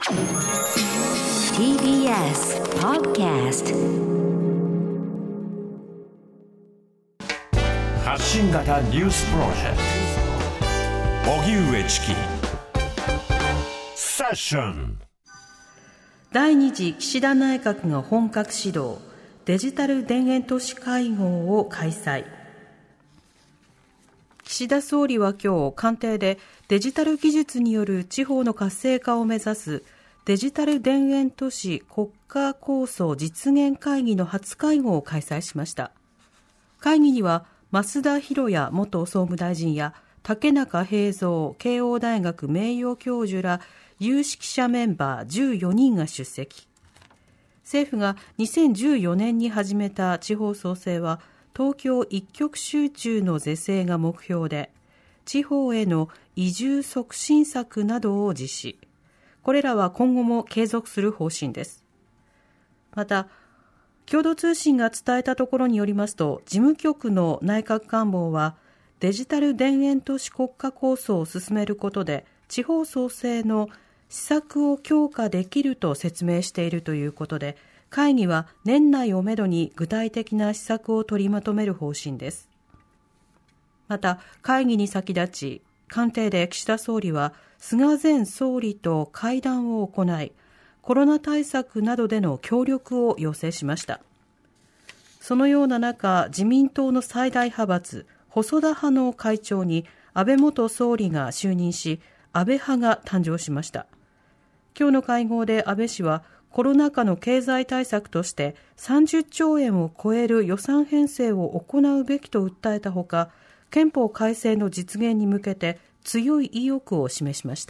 TBS Podcast 発信型ニュースプロジェクト荻上チキセッション。 第2次岸田内閣が本格始動、デジタル田園都市会合を開催。岸田総理は今日官邸でデジタル技術による地方の活性化を目指すデジタル田園都市国家構想実現会議の初会合を開催しました。会議には増田寛也元総務大臣や竹中平蔵慶応大学名誉教授ら有識者メンバー14人が出席。政府が2014年に始めた地方創生は東京一極集中の是正が目標で、地方への移住促進策などを実施。これらは今後も継続する方針です。また、共同通信が伝えたところによりますと、事務局の内閣官房は、デジタル田園都市国家構想を進めることで、地方創生の施策を強化できると説明しているということで、会議は年内をめどに具体的な施策を取りまとめる方針です。また、会議に先立ち、官邸で岸田総理は菅前総理と会談を行い、コロナ対策などでの協力を要請しました。そのような中、自民党の最大派閥、細田派の会長に安倍元総理が就任し、安倍派が誕生しました。今日の会合で安倍氏は、コロナ禍の経済対策として30兆円を超える予算編成を行うべきと訴えたほか、憲法改正の実現に向けて強い意欲を示しました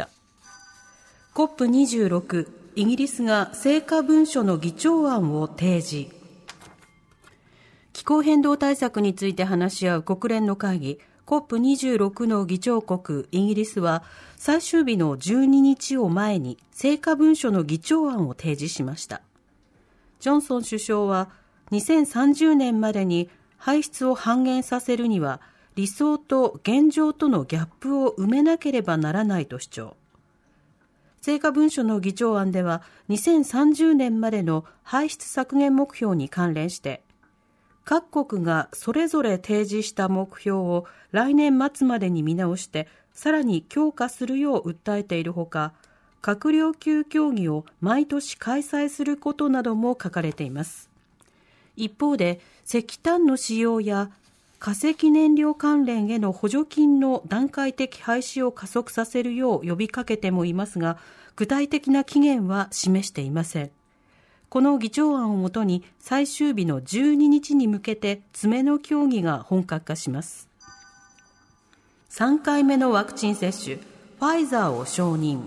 。COP26、イギリスが成果文書の議長案を提示。気候変動対策について話し合う国連の会議、COP26 の議長国イギリスは最終日の12日を前に成果文書の議長案を提示しました。ジョンソン首相は2030年までに排出を半減させるには理想と現状とのギャップを埋めなければならないと主張。成果文書の議長案では2030年までの排出削減目標に関連して各国がそれぞれ提示した目標を来年末までに見直してさらに強化するよう訴えているほか、閣僚級協議を毎年開催することなども書かれています。一方で石炭の使用や化石燃料関連への補助金の段階的廃止を加速させるよう呼びかけてもいますが、具体的な期限は示していません。この議長案をもとに最終日の12日に向けて詰めの協議が本格化します。3回目のワクチン接種、ファイザーを承認。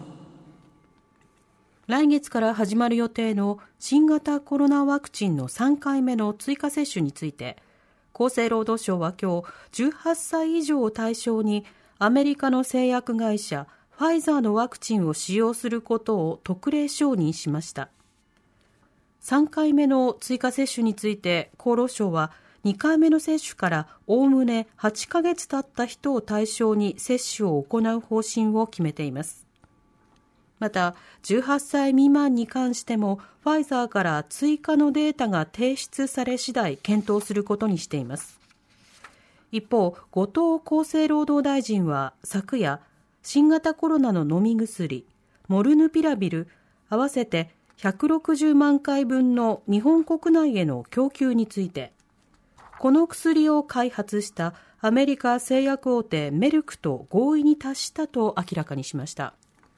来月から始まる予定の新型コロナワクチンの3回目の追加接種について、厚生労働省は今日18歳以上を対象にアメリカの製薬会社ファイザーのワクチンを使用することを特例承認しました。3回目の追加接種について厚労省は2回目の接種からおおむね8ヶ月経った人を対象に接種を行う方針を決めています。また18歳未満に関してもファイザーから追加のデータが提出され次第検討することにしています。一方、後藤厚生労働大臣は昨夜新型コロナの飲み薬モルヌピラビル合わせて160万回分の日本国内への供給について、この薬を開発したアメリカ製薬大手メルクと合意に達したと明らかにしました。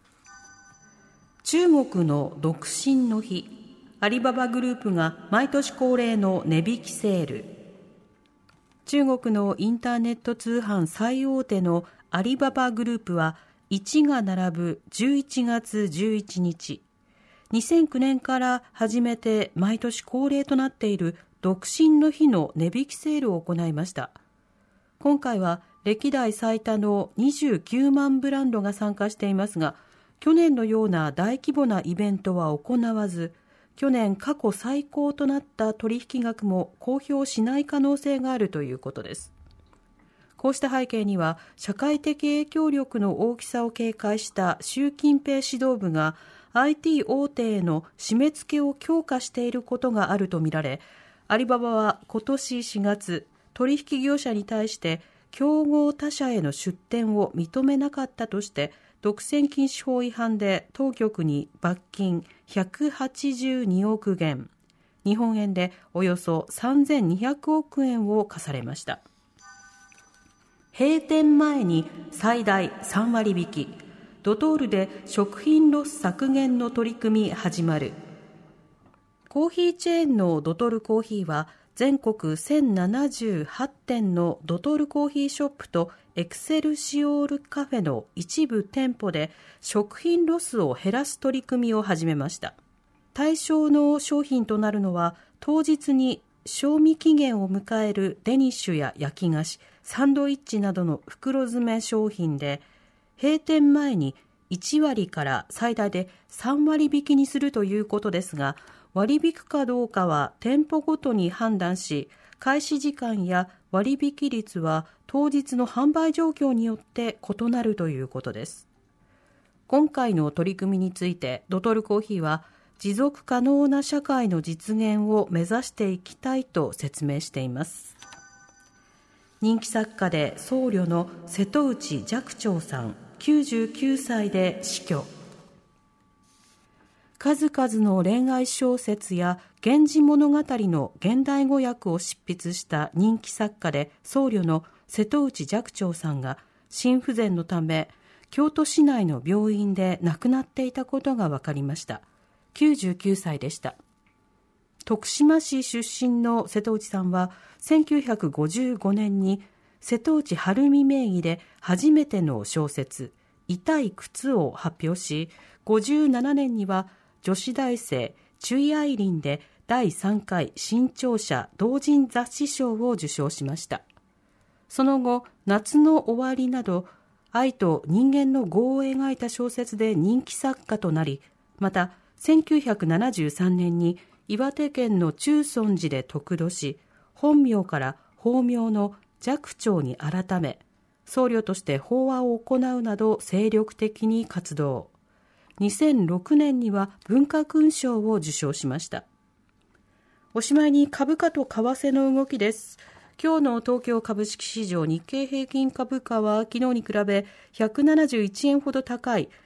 中国の独身の日、アリババグループが毎年恒例の値引きセール。中国のインターネット通販最大手のアリババグループは1が並ぶ11月11日、2009年から始めて毎年恒例となっている独身の日の値引きセールを行いました。今回は歴代最多の29万ブランドが参加していますが、去年のような大規模なイベントは行わず、去年過去最高となった取引額も公表しない可能性があるということです。こうした背景には、社会的影響力の大きさを警戒した習近平指導部が IT 大手への締め付けを強化していることがあるとみられ、アリババは今年4月、取引業者に対して競合他社への出店を認めなかったとして、独占禁止法違反で当局に罰金182億元、日本円でおよそ3200億円を課されました。閉店前に最大3割引き、ドトールで食品ロス削減の取り組み始まる。コーヒーチェーンのドトールコーヒーは、全国1078店のドトールコーヒーショップとエクセルシオールカフェの一部店舗で食品ロスを減らす取り組みを始めました。対象の商品となるのは、当日に賞味期限を迎えるデニッシュや焼き菓子、サンドイッチなどの袋詰め商品で、閉店前に1割から最大で3割引きにするということですが、割引かどうかは店舗ごとに判断し、開始時間や割引率は当日の販売状況によって異なるということです。今回の取り組みについてドトールコーヒーは、持続可能な社会の実現を目指していきたいと説明しています。人気作家で僧侶の瀬戸内寂聴さん、99歳で死去。数々の恋愛小説や源氏物語の現代語訳を執筆した人気作家で僧侶の瀬戸内寂聴さんが心不全のため京都市内の病院で亡くなっていたことが分かりました。99歳でした。徳島市出身の瀬戸内さんは1955年に瀬戸内晴美名義で初めての小説痛い靴を発表し、57年には女子大生チュイアイリンで第3回新潮社同人雑誌賞を受賞しました。その後、夏の終わりなど愛と人間の業を描いた小説で人気作家となり、また1973年に岩手県の中尊寺で得度し、本名から法名の寂聴に改め、僧侶として法話を行うなど精力的に活動。2006年には文化勲章を受章しました。おしまいに株価と為替の動きです。今日の東京株式市場日経平均株価は昨日に比べ171円ほど高い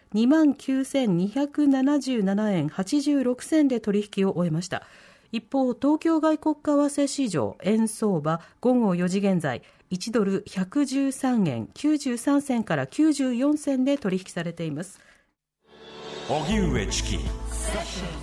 29,277 円86銭で取引を終えました。一方、東京外国為替市場円相場午後4時現在1ドル113円93銭から94銭で取引されています。 荻上チキ